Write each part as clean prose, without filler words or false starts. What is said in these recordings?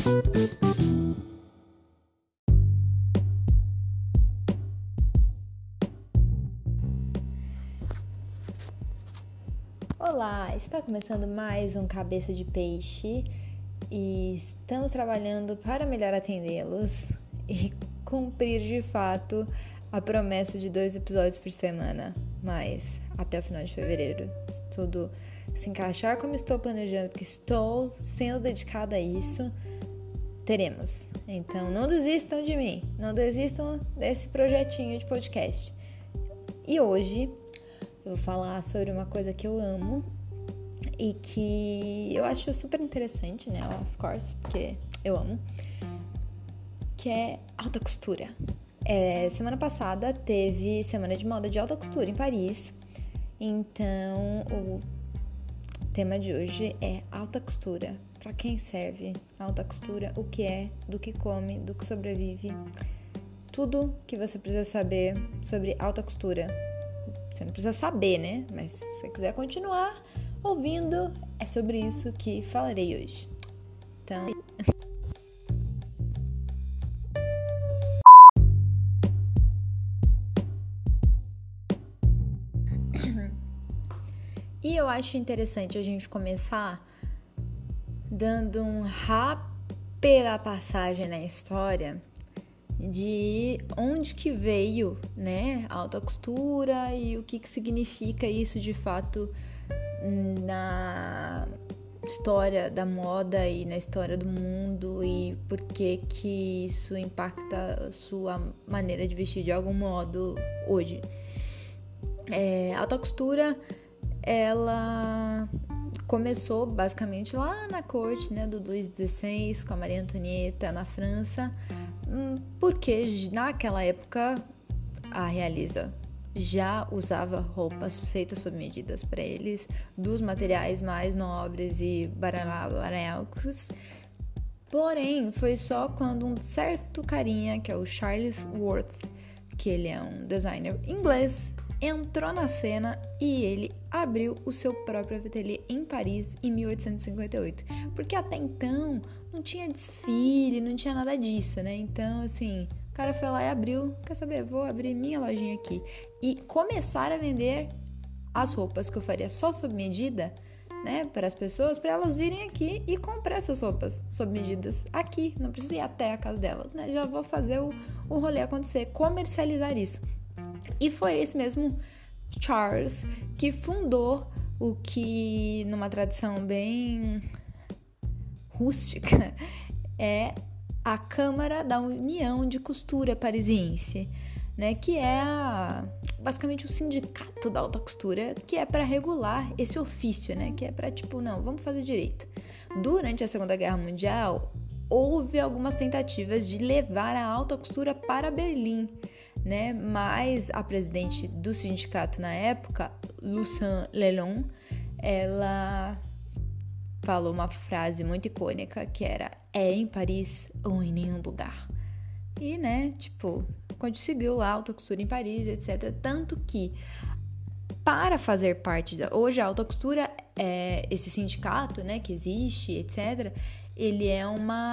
Olá, está começando mais um Cabeça de Peixe e estamos trabalhando para melhor atendê-los e cumprir de fato a promessa de 2 episódios por semana, mas até o final de fevereiro, se tudo se encaixar como estou planejando, porque estou sendo dedicada a isso, teremos. Então não desistam de mim, não desistam desse projetinho de podcast. E hoje eu vou falar sobre uma coisa que eu amo e que eu acho super interessante, né? Of course, porque eu amo. Que é alta costura. Semana passada teve Semana de Moda de Alta Costura em Paris. Então, o tema de hoje é alta costura. Para quem serve alta costura, o que é, do que come, do que sobrevive. Tudo que você precisa saber sobre alta costura. Você não precisa saber, né? Mas se você quiser continuar ouvindo, é sobre isso que falarei hoje. Então... E eu acho interessante a gente começar dando um rápida passagem na história de onde que veio, né, a alta costura e o que significa isso de fato na história da moda e na história do mundo e por que isso impacta a sua maneira de vestir de algum modo hoje. A alta costura, ela começou basicamente lá na corte, né, do Luís XVI, com a Maria Antonieta na França, porque naquela época a realeza já usava roupas feitas sob medidas para eles, dos materiais mais nobres e baratos. Porém, foi só quando um certo carinha, que é o Charles Worth, que ele é um designer inglês, entrou na cena e ele abriu o seu próprio ateliê em Paris em 1858. Porque até então não tinha desfile, não tinha nada disso, né? Então, assim, o cara foi lá e abriu, quer saber, vou abrir minha lojinha aqui. E começar a vender as roupas que eu faria só sob medida, né, para as pessoas, para elas virem aqui e comprar essas roupas sob medidas aqui. Não precisa ir até a casa delas, né? Já vou fazer o rolê acontecer, comercializar isso. E foi esse mesmo Charles que fundou o que, numa tradução bem rústica, é a Câmara da União de Costura Parisiense, né, que é basicamente o sindicato da alta costura, que é para regular esse ofício, né, que é para não, vamos fazer direito. Durante a Segunda Guerra Mundial, houve algumas tentativas de levar a alta costura para Berlim, né? Mas a presidente do sindicato na época, Lucien Lelon, ela falou uma frase muito icônica que era: é em Paris ou em nenhum lugar. E, né, conseguiu lá a alta costura em Paris, etc. Tanto que, para fazer parte hoje a alta costura, esse sindicato, né, que existe, etc., ele é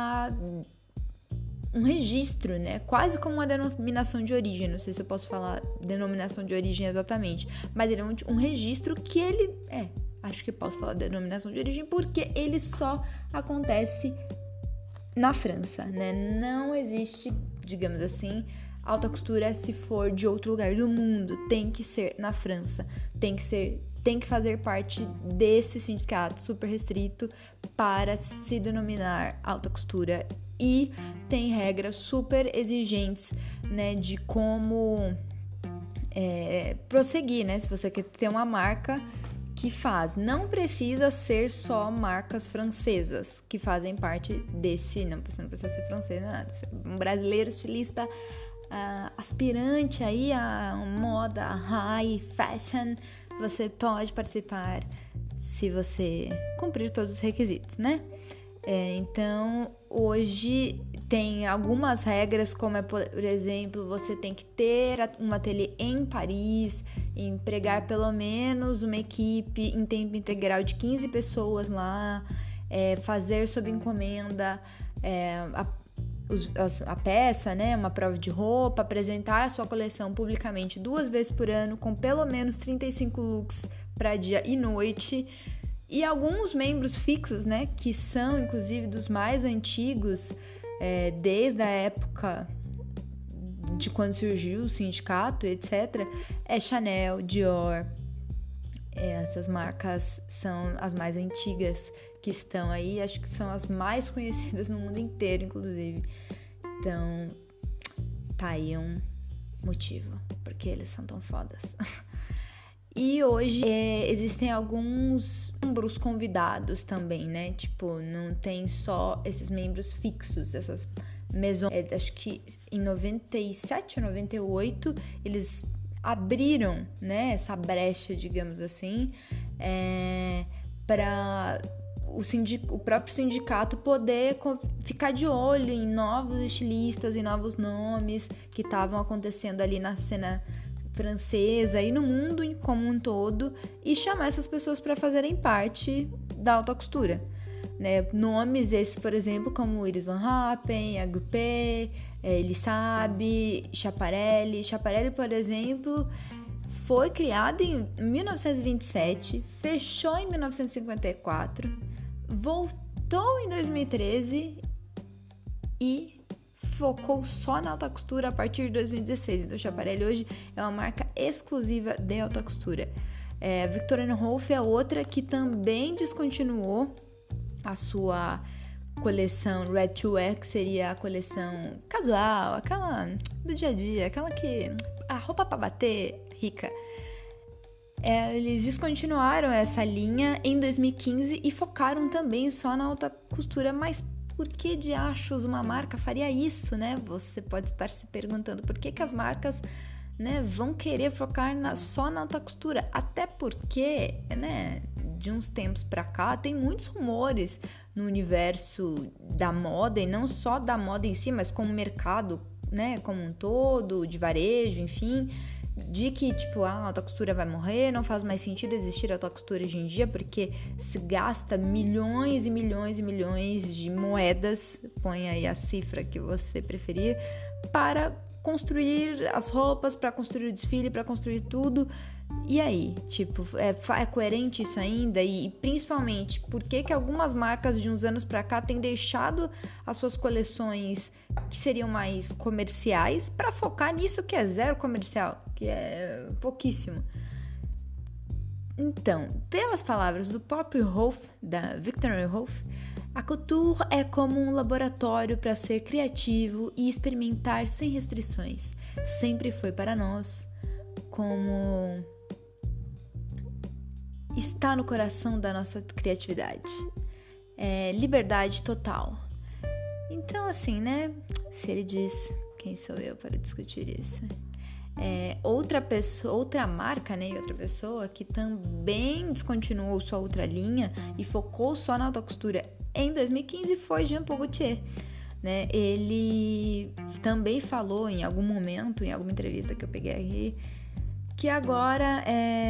um registro, né? Quase como uma denominação de origem. Não sei se eu posso falar denominação de origem exatamente, mas ele é um registro que ele acho que posso falar denominação de origem porque ele só acontece na França, né? Não existe, digamos assim, alta costura se for de outro lugar do mundo. Tem que ser na França. Tem que fazer parte desse sindicato super restrito para se denominar alta costura. E tem regras super exigentes, né, de como prosseguir, né? Se você quer ter uma marca que faz, não precisa ser só marcas francesas que fazem parte desse, não, você não precisa ser francês, nada. Você é um brasileiro estilista aspirante aí a moda high fashion, você pode participar se você cumprir todos os requisitos, né? Então, hoje tem algumas regras, como por exemplo, você tem que ter um ateliê em Paris, empregar pelo menos uma equipe em tempo integral de 15 pessoas lá, fazer sob encomenda, a peça, né, uma prova de roupa, apresentar a sua coleção publicamente 2 vezes por ano, com pelo menos 35 looks para dia e noite. E alguns membros fixos, né, que são inclusive dos mais antigos, desde a época de quando surgiu o sindicato, etc., Chanel, Dior. Essas marcas são as mais antigas que estão aí, acho que são as mais conhecidas no mundo inteiro, inclusive. Então, tá aí um motivo, porque eles são tão fodas. E hoje existem alguns membros convidados também, né? Tipo, não tem só esses membros fixos, essas maisons. Acho que em 97 ou 98 eles abriram, né, essa brecha, digamos assim, para o próprio sindicato poder ficar de olho em novos estilistas e novos nomes que estavam acontecendo ali na cena francesa e no mundo como um todo, e chamar essas pessoas para fazerem parte da alta costura, né? Nomes esses, por exemplo, como Iris Van Happen, Agupé, Elissabe, Schiaparelli. Schiaparelli, por exemplo, foi criado em 1927, fechou em 1954, voltou em 2013 e focou só na alta costura a partir de 2016. Então, Schiaparelli hoje é uma marca exclusiva de alta costura. Victorino Rolf é outra que também descontinuou a sua coleção Red to Wear, que seria a coleção casual, aquela do dia a dia, aquela que a roupa para bater rica. Eles descontinuaram essa linha em 2015 e focaram também só na alta costura. Mas por que diachos uma marca faria isso, né? Você pode estar se perguntando por que as marcas, né, vão querer focar só na alta costura. Até porque, né, de uns tempos pra cá, tem muitos rumores no universo da moda, e não só da moda em si, mas como mercado, né, como um todo, de varejo, enfim, de que, tipo, a alta costura vai morrer, não faz mais sentido existir a alta costura hoje em dia, porque se gasta milhões e milhões e milhões de moedas, põe aí a cifra que você preferir, para construir as roupas, para construir o desfile, para construir tudo. E aí, tipo, é coerente isso ainda? E principalmente, por que algumas marcas de uns anos pra cá têm deixado as suas coleções que seriam mais comerciais para focar nisso que é zero comercial, que é pouquíssimo? Então, pelas palavras do próprio Rolf, da Victorino Rolf, a couture é como um laboratório para ser criativo e experimentar sem restrições. Sempre foi para nós como está no coração da nossa criatividade. Liberdade total. Então, assim, né? Se ele diz, quem sou eu para discutir isso? Outra marca, né? E outra pessoa que também descontinuou sua outra linha e focou só na alta costura em 2015 foi Jean Paul Gaultier, né? Ele também falou em algum momento, em alguma entrevista que eu peguei aqui, que agora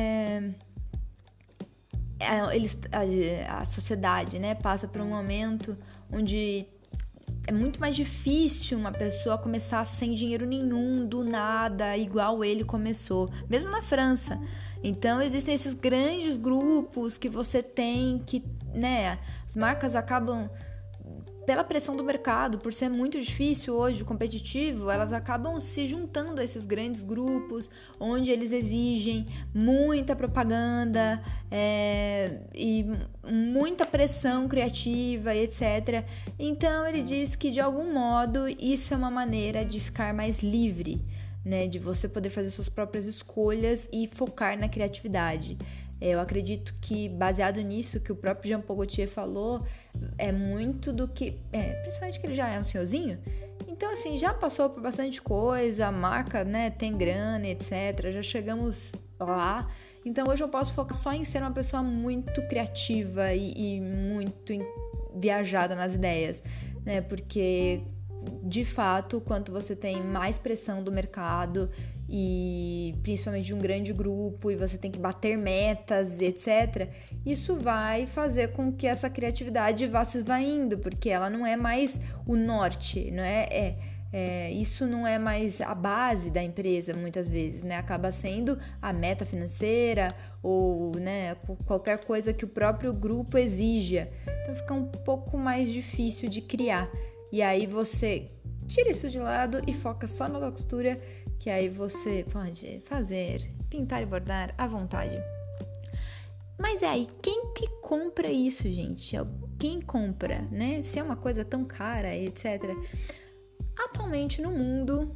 a sociedade, né, passa por um momento onde é muito mais difícil uma pessoa começar sem dinheiro nenhum, do nada, igual ele começou, mesmo na França. Então, existem esses grandes grupos que você tem que, né, as marcas acabam, pela pressão do mercado, por ser muito difícil hoje, competitivo, elas acabam se juntando a esses grandes grupos, onde eles exigem muita propaganda e muita pressão criativa, etc. Então, ele diz que, de algum modo, isso é uma maneira de ficar mais livre, né, de você poder fazer suas próprias escolhas e focar na criatividade. Eu acredito que, baseado nisso que o próprio Jean Paul Gaultier falou, é muito do que... principalmente que ele já é um senhorzinho. Então, assim, já passou por bastante coisa, a marca, né, tem grana, etc. Já chegamos lá. Então, hoje eu posso focar só em ser uma pessoa muito criativa e muito viajada nas ideias, né? Porque, de fato, quanto você tem mais pressão do mercado e principalmente de um grande grupo, e você tem que bater metas, etc., isso vai fazer com que essa criatividade vá se esvaindo, porque ela não é mais o norte, não isso não é mais a base da empresa, muitas vezes, né? Acaba sendo a meta financeira ou, né, qualquer coisa que o próprio grupo exija. Então fica um pouco mais difícil de criar. E aí você tira isso de lado e foca só na costura, que aí você pode fazer, pintar e bordar à vontade. Mas aí, quem que compra isso, gente? Quem compra, né? Se é uma coisa tão cara, etc. Atualmente no mundo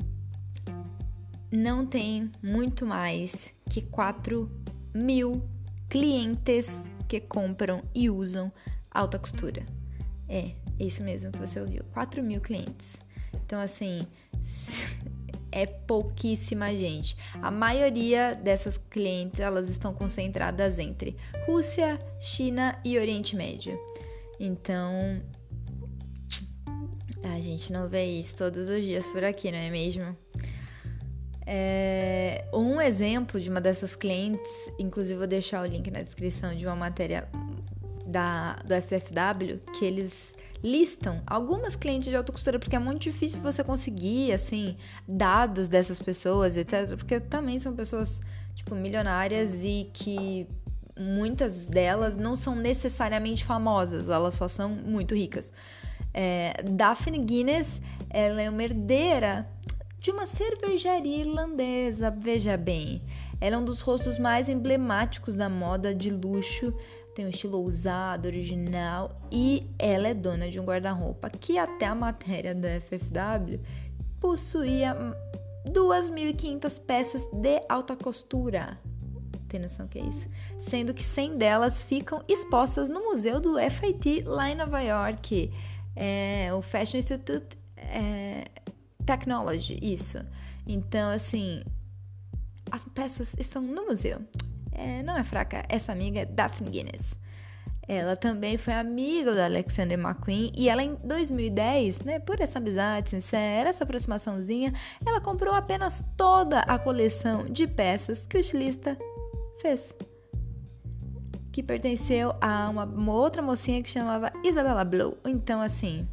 não tem muito mais que 4.000 clientes que compram e usam alta costura. É isso mesmo que você ouviu, 4.000 clientes. Então, assim, é pouquíssima gente. A maioria dessas clientes, elas estão concentradas entre Rússia, China e Oriente Médio. Então, a gente não vê isso todos os dias por aqui, não é mesmo? Um exemplo de uma dessas clientes, inclusive vou deixar o link na descrição de uma matéria do FFW, que eles listam algumas clientes de alta costura, porque é muito difícil você conseguir, assim, dados dessas pessoas, etc., porque também são pessoas, tipo, milionárias e que muitas delas não são necessariamente famosas, elas só são muito ricas. Daphne Guinness, ela é uma herdeira de uma cervejaria irlandesa, veja bem. Ela é um dos rostos mais emblemáticos da moda de luxo, tem um estilo ousado, original, e ela é dona de um guarda-roupa que até a matéria da FFW possuía 2.500 peças de alta costura. Tem noção que é isso? Sendo que 100 delas ficam expostas no museu do FIT lá em Nova York. O Fashion Institute Technology, isso. Então, assim, as peças estão no museu. Não é fraca, essa amiga é Daphne Guinness. Ela também foi amiga da Alexander McQueen e ela em 2010, né, por essa amizade sincera, essa aproximaçãozinha, ela comprou apenas toda a coleção de peças que o estilista fez, que pertenceu a uma outra mocinha que chamava Isabella Blow. Então, assim,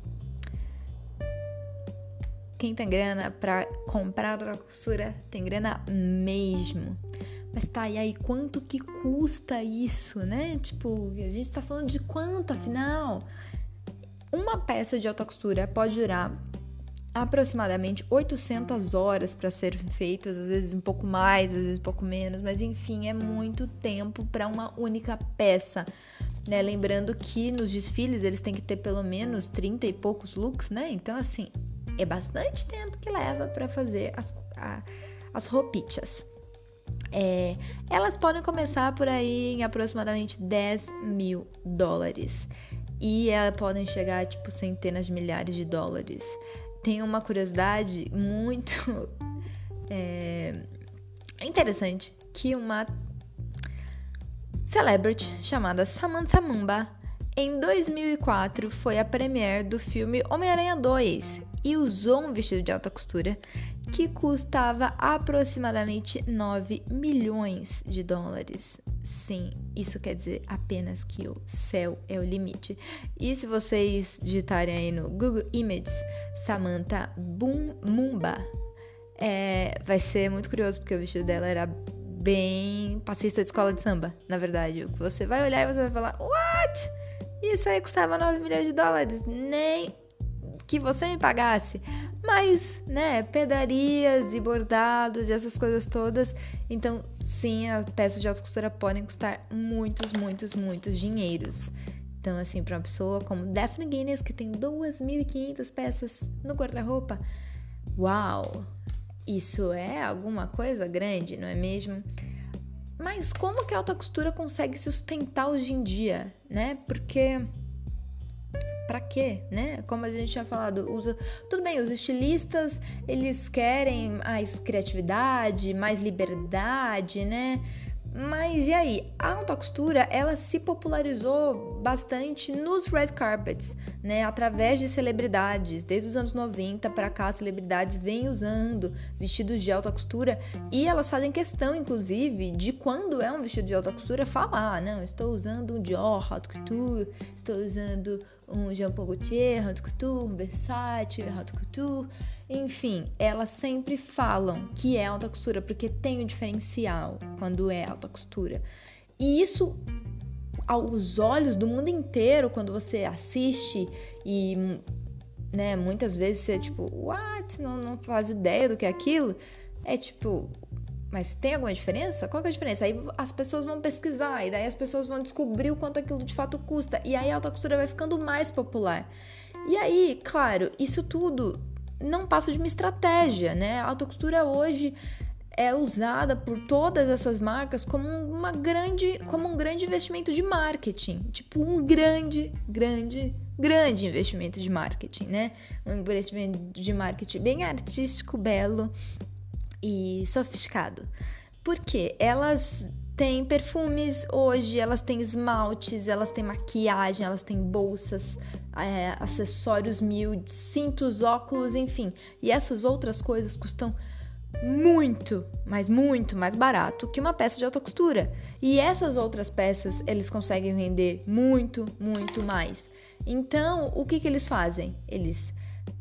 quem tem grana pra comprar a costura tem grana mesmo. Mas tá, e aí quanto que custa isso, né? Tipo, a gente tá falando de quanto, afinal? Uma peça de alta costura pode durar aproximadamente 800 horas para ser feito, às vezes um pouco mais, às vezes um pouco menos, mas enfim, é muito tempo para uma única peça, né? Lembrando que nos desfiles eles têm que ter pelo menos 30 e poucos looks, né? Então, assim, é bastante tempo que leva para fazer as roupichas. Elas podem começar por aí em aproximadamente $10.000 e elas podem chegar a tipo centenas de milhares de dólares. Tem uma curiosidade muito interessante, que uma celebrity chamada Samantha Mumba em 2004 foi a premiere do filme Homem-Aranha 2 e usou um vestido de alta costura que custava aproximadamente $9 milhões. Sim, isso quer dizer apenas que o céu é o limite. E se vocês digitarem aí no Google Images Samantha Mumba, vai ser muito curioso, porque o vestido dela era bem passista de escola de samba, na verdade. Você vai olhar e você vai falar, what? Isso aí custava $9 milhões? Nem que você me pagasse. Mas, né, pedarias e bordados e essas coisas todas. Então, sim, as peças de alta costura podem custar muitos dinheiros. Então, assim, para uma pessoa como Daphne Guinness, que tem 2.500 peças no guarda-roupa, uau! Isso é alguma coisa grande, não é mesmo? Mas como que a alta costura consegue se sustentar hoje em dia, né? Porque pra quê, né? Como a gente tinha falado, tudo bem, os estilistas, eles querem mais criatividade, mais liberdade, né? Mas e aí? A alta costura, ela se popularizou bastante nos red carpets, né? Através de celebridades. Desde os anos 90 para cá, celebridades vêm usando vestidos de alta costura e elas fazem questão, inclusive, de quando é um vestido de alta costura, falar, não, estou usando um Dior haute couture, estou usando um Jean Paul Gaultier haute couture, um Versace haute couture. Enfim, elas sempre falam que é alta costura porque tem um diferencial quando é alta costura. E isso, aos olhos do mundo inteiro, quando você assiste e, né, muitas vezes você é tipo, what? Não faz ideia do que é aquilo. É tipo, mas tem alguma diferença? Qual que é a diferença? Aí as pessoas vão pesquisar e daí as pessoas vão descobrir o quanto aquilo de fato custa. E aí a alta costura vai ficando mais popular. E aí, claro, isso tudo não passa de uma estratégia, né? A alta costura hoje é usada por todas essas marcas como um grande investimento de marketing. Tipo, um grande investimento de marketing, né? Um investimento de marketing bem artístico, belo e sofisticado. Porque elas têm perfumes hoje, elas têm esmaltes, elas têm maquiagem, elas têm bolsas, acessórios mil, cintos, óculos, enfim. E essas outras coisas custam muito, mas muito mais barato que uma peça de alta costura. E essas outras peças, eles conseguem vender muito mais. Então, o que eles fazem? Eles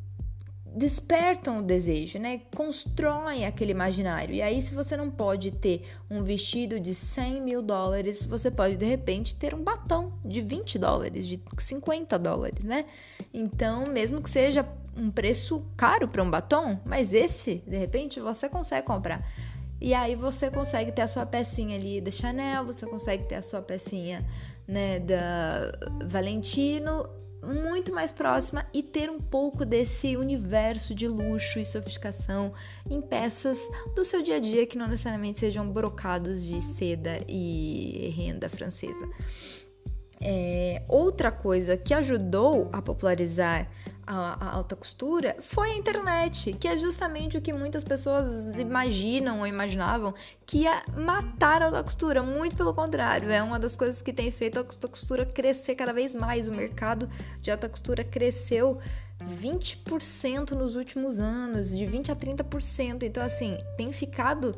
despertam o desejo, né? Constroem aquele imaginário. E aí, se você não pode ter um vestido de $100 mil, você pode, de repente, ter um batom de $20, de $50, né? Então, mesmo que seja um preço caro para um batom, mas esse, de repente, você consegue comprar. E aí você consegue ter a sua pecinha ali da Chanel, você consegue ter a sua pecinha, né, da Valentino, muito mais próxima, e ter um pouco desse universo de luxo e sofisticação em peças do seu dia a dia que não necessariamente sejam brocados de seda e renda francesa. Outra coisa que ajudou a popularizar a alta costura foi a internet, que é justamente o que muitas pessoas imaginam ou imaginavam que ia matar a alta costura. Muito pelo contrário, é uma das coisas que tem feito a alta costura crescer cada vez mais. O mercado de alta costura cresceu 20% nos últimos anos, de 20% a 30%. Então, assim, tem ficado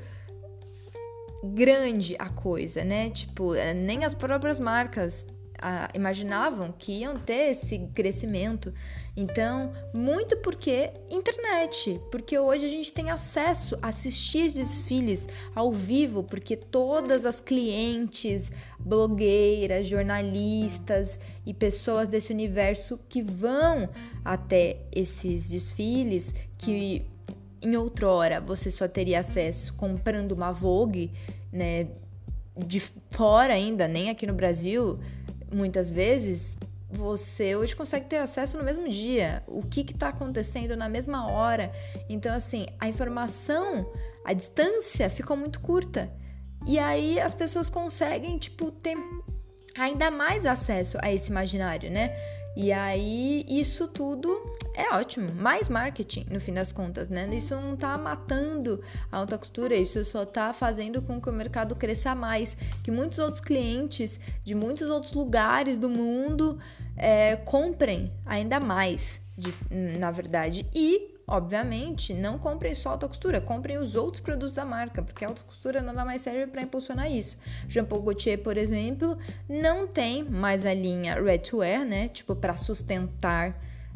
grande a coisa, né? Tipo, nem as próprias marcas imaginavam que iam ter esse crescimento. Então, muito porque internet, porque hoje a gente tem acesso a assistir desfiles ao vivo, porque todas as clientes, blogueiras, jornalistas e pessoas desse universo que vão até esses desfiles, que em outrora você só teria acesso comprando uma Vogue, né, de fora ainda, nem aqui no Brasil. Muitas vezes, você hoje consegue ter acesso no mesmo dia. O que está acontecendo na mesma hora. Então, assim, a informação, a distância ficou muito curta. E aí, as pessoas conseguem, tipo, ter ainda mais acesso a esse imaginário, né? E aí, isso tudo é ótimo. Mais marketing, no fim das contas, né? Isso não tá matando a alta costura, isso só tá fazendo com que o mercado cresça mais, que muitos outros clientes de muitos outros lugares do mundo comprem ainda mais, na verdade. E, obviamente, não comprem só alta costura, comprem os outros produtos da marca, porque a alta costura nada mais serve para impulsionar isso. Jean Paul Gaultier, por exemplo, não tem mais a linha ready to wear, né? Tipo, para sustentar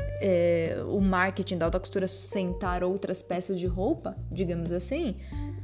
o marketing da alta costura, sustentar outras peças de roupa, digamos assim.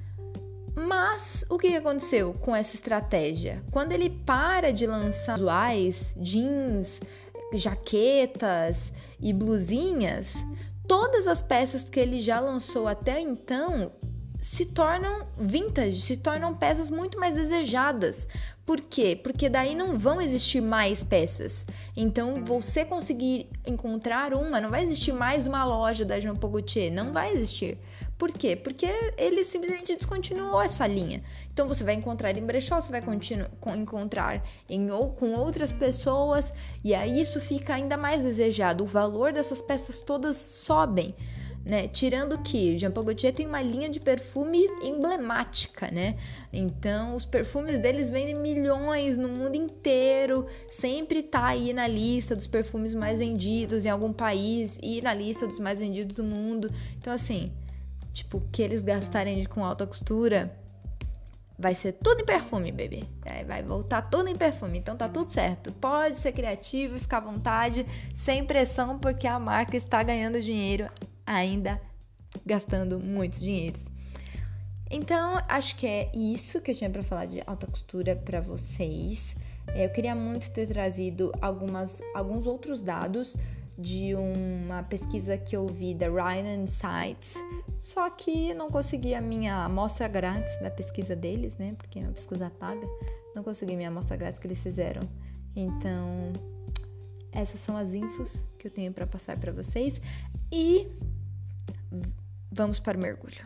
Mas o que aconteceu com essa estratégia? Quando ele para de lançar visuais, jeans, jaquetas e blusinhas, todas as peças que ele já lançou até então se tornam vintage, se tornam peças muito mais desejadas. Por quê? Porque daí não vão existir mais peças. Então, você conseguir encontrar não vai existir mais uma loja da Jean Paul Gaultier, não vai existir. Por quê? Porque ele simplesmente descontinuou essa linha. Então, você vai encontrar em brechó, você vai encontrar com outras pessoas, e aí isso fica ainda mais desejado. O valor dessas peças todas sobem. né? Tirando que o Jean Paul Gaultier tem uma linha de perfume emblemática, né? Então, os perfumes deles vendem milhões no mundo inteiro, sempre tá aí na lista dos perfumes mais vendidos em algum país e na lista dos mais vendidos do mundo. Então, assim, tipo, o que eles gastarem com alta costura vai ser tudo em perfume, bebê. Vai voltar tudo em perfume. Então tá tudo certo. Pode ser criativo e ficar à vontade, sem pressão, porque a marca está ganhando dinheiro, ainda gastando muitos dinheiros. Então, acho que é isso que eu tinha para falar de alta costura para vocês. Eu queria muito ter trazido alguns outros dados de uma pesquisa que eu vi da Ryan Insights, só que não consegui a minha amostra grátis da pesquisa deles, né? Porque é uma pesquisa paga. Não consegui a minha amostra grátis que eles fizeram. Então, essas são as infos que eu tenho para passar para vocês. E vamos para o mergulho.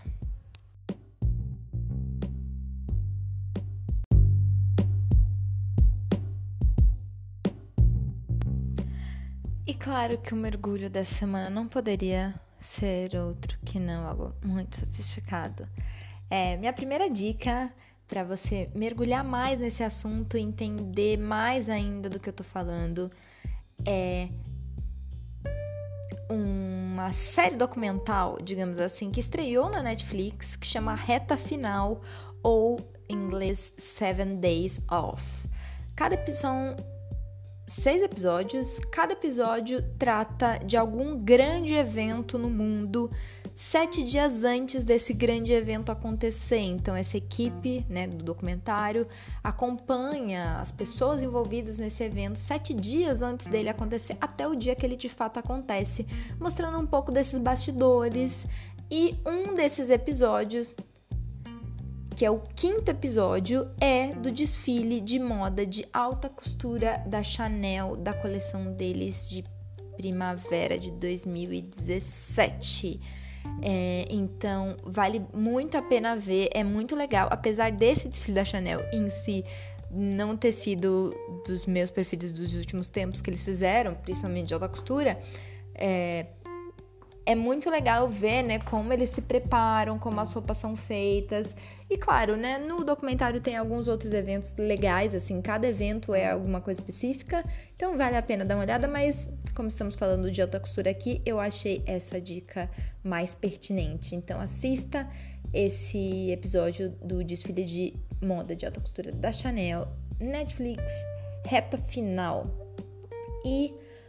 E claro que o mergulho dessa semana não poderia ser outro que não algo muito sofisticado. Minha primeira dica para você mergulhar mais nesse assunto e entender mais ainda do que eu tô falando é uma série documental, digamos assim, que estreou na Netflix, que chama Reta Final, ou em inglês 7 Days Off. São 6 episódios, cada episódio trata de algum grande evento no mundo 7 dias antes desse grande evento acontecer. Então, essa equipe, né, do documentário acompanha as pessoas envolvidas nesse evento 7 dias antes dele acontecer, até o dia que ele de fato acontece, mostrando um pouco desses bastidores. E um desses episódios, que é o 5º episódio, é do desfile de moda de alta costura da Chanel, da coleção deles de primavera de 2017. Então, vale muito a pena ver, é muito legal. Apesar desse desfile da Chanel em si não ter sido dos meus preferidos dos últimos tempos que eles fizeram, principalmente de alta costura, é muito legal ver, né, como eles se preparam, como as roupas são feitas. E claro, né, no documentário tem alguns outros eventos legais, assim, cada evento é alguma coisa específica, então vale a pena dar uma olhada, mas como estamos falando de alta costura aqui, eu achei essa dica mais pertinente. Então assista esse episódio do desfile de moda de alta costura da Chanel, Netflix, Reta Final. E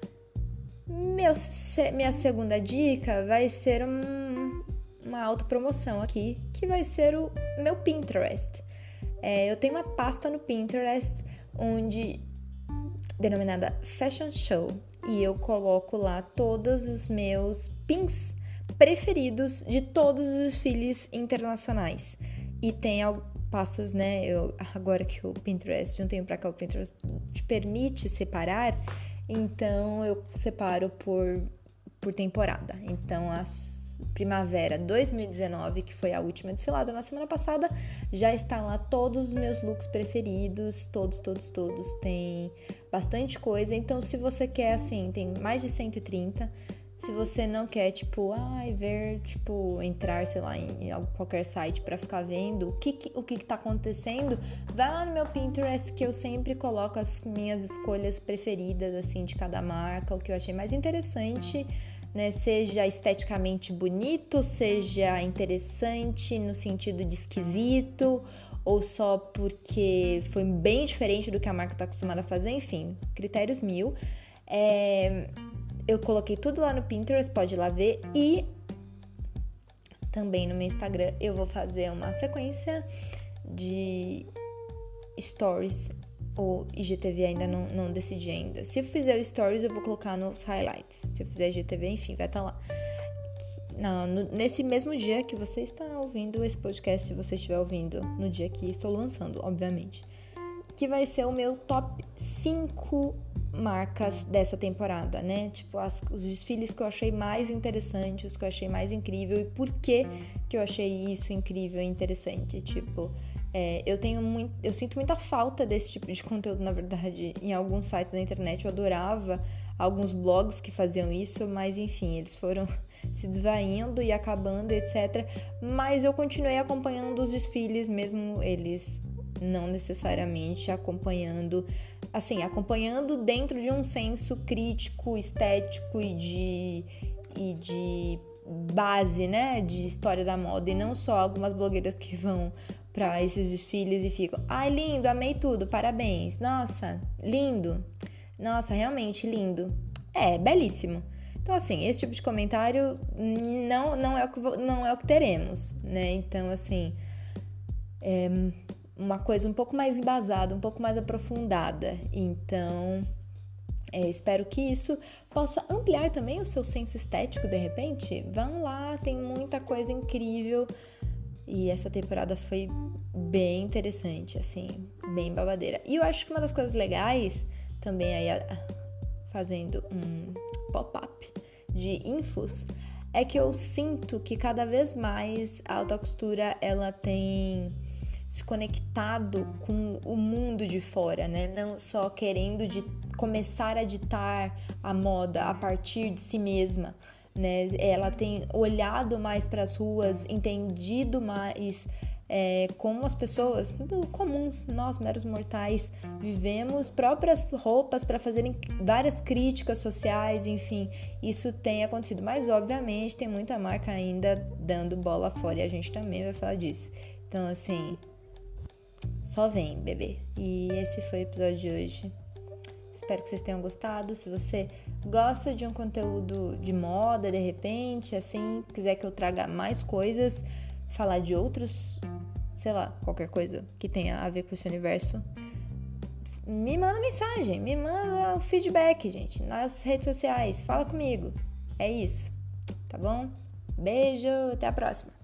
minha segunda dica vai ser uma autopromoção aqui, que vai ser o meu Pinterest. Eu tenho uma pasta no Pinterest denominada Fashion Show, e eu coloco lá todos os meus pins preferidos de todos os desfiles internacionais. E tem pastas, né? Agora que o Pinterest, de um tempo pra cá, o Pinterest te permite separar. Então, eu separo por temporada. Então, a primavera 2019, que foi a última desfilada na semana passada, já está lá todos os meus looks preferidos. Todos. Tem bastante coisa. Então, se você quer, assim, tem mais de 130. Se você não quer, entrar, sei lá, em qualquer site para ficar vendo o que tá acontecendo, vai lá no meu Pinterest, que eu sempre coloco as minhas escolhas preferidas, assim, de cada marca, o que eu achei mais interessante, né? Seja esteticamente bonito, seja interessante no sentido de esquisito, ou só porque foi bem diferente do que a marca tá acostumada a fazer, enfim, critérios 1000. Eu coloquei tudo lá no Pinterest, pode ir lá ver. E também no meu Instagram eu vou fazer uma sequência de stories ou IGTV, ainda não decidi ainda. Se eu fizer o stories, eu vou colocar nos highlights. Se eu fizer IGTV, enfim, vai estar lá. Nesse mesmo dia que você está ouvindo esse podcast, se você estiver ouvindo no dia que estou lançando, obviamente, que vai ser o meu top 5 marcas dessa temporada, né? Tipo, os desfiles que eu achei mais interessantes, os que eu achei mais incrível, e por que eu achei isso incrível e interessante. Tipo, eu sinto muita falta desse tipo de conteúdo, na verdade, em alguns sites da internet. Eu adorava alguns blogs que faziam isso, mas enfim, eles foram se desvaindo e acabando, etc. Mas eu continuei acompanhando os desfiles, mesmo eles não necessariamente acompanhando dentro de um senso crítico, estético e de base, né, de história da moda, e não só algumas blogueiras que vão pra esses desfiles e ficam, ai, lindo, amei tudo, parabéns, nossa, lindo, nossa, realmente lindo, belíssimo. Então, assim, esse tipo de comentário não é o que teremos, né? Então, assim, é uma coisa um pouco mais embasada, um pouco mais aprofundada. Então, espero que isso possa ampliar também o seu senso estético, de repente. Vão lá, tem muita coisa incrível. E essa temporada foi bem interessante, assim, bem babadeira. E eu acho que uma das coisas legais, também aí fazendo um pop-up de infos, é que eu sinto que cada vez mais a alta costura, ela tem se conectado com o mundo de fora, né? Não só querendo começar a ditar a moda a partir de si mesma, né? Ela tem olhado mais para as ruas, entendido mais como as pessoas comuns, nós meros mortais, vivemos próprias roupas para fazerem várias críticas sociais, enfim, isso tem acontecido, mas obviamente tem muita marca ainda dando bola fora e a gente também vai falar disso. Então, assim, só vem, bebê. E esse foi o episódio de hoje. Espero que vocês tenham gostado. Se você gosta de um conteúdo de moda, de repente, assim, quiser que eu traga mais coisas, falar de outros, sei lá, qualquer coisa que tenha a ver com esse universo, me manda mensagem, me manda um feedback, gente, nas redes sociais. Fala comigo. É isso, tá bom? Beijo, até a próxima.